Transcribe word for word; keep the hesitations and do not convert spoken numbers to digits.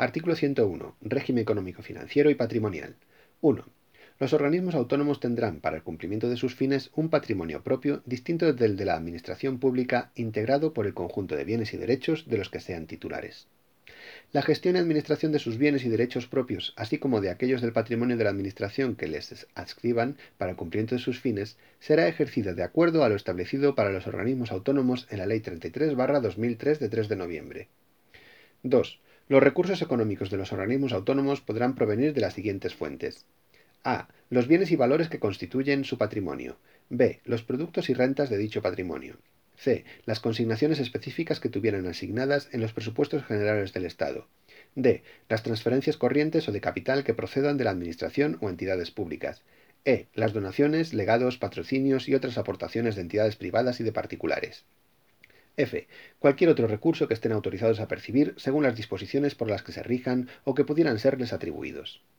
Artículo ciento uno. Régimen económico, financiero y patrimonial. uno. Los organismos autónomos tendrán, para el cumplimiento de sus fines, un patrimonio propio distinto del de la Administración pública, integrado por el conjunto de bienes y derechos de los que sean titulares. La gestión y administración de sus bienes y derechos propios, así como de aquellos del patrimonio de la Administración que les adscriban para el cumplimiento de sus fines, será ejercida de acuerdo a lo establecido para los organismos autónomos en la Ley treinta y tres barra dos mil tres de tres de noviembre. dos. Los recursos económicos de los organismos autónomos podrán provenir de las siguientes fuentes. A. Los bienes y valores que constituyen su patrimonio. B. Los productos y rentas de dicho patrimonio. C. Las consignaciones específicas que tuvieran asignadas en los presupuestos generales del Estado. D. Las transferencias corrientes o de capital que procedan de la Administración o entidades públicas. E. Las donaciones, legados, patrocinios y otras aportaciones de entidades privadas y de particulares. F. Cualquier otro recurso que estén autorizados a percibir según las disposiciones por las que se rijan o que pudieran serles atribuidos.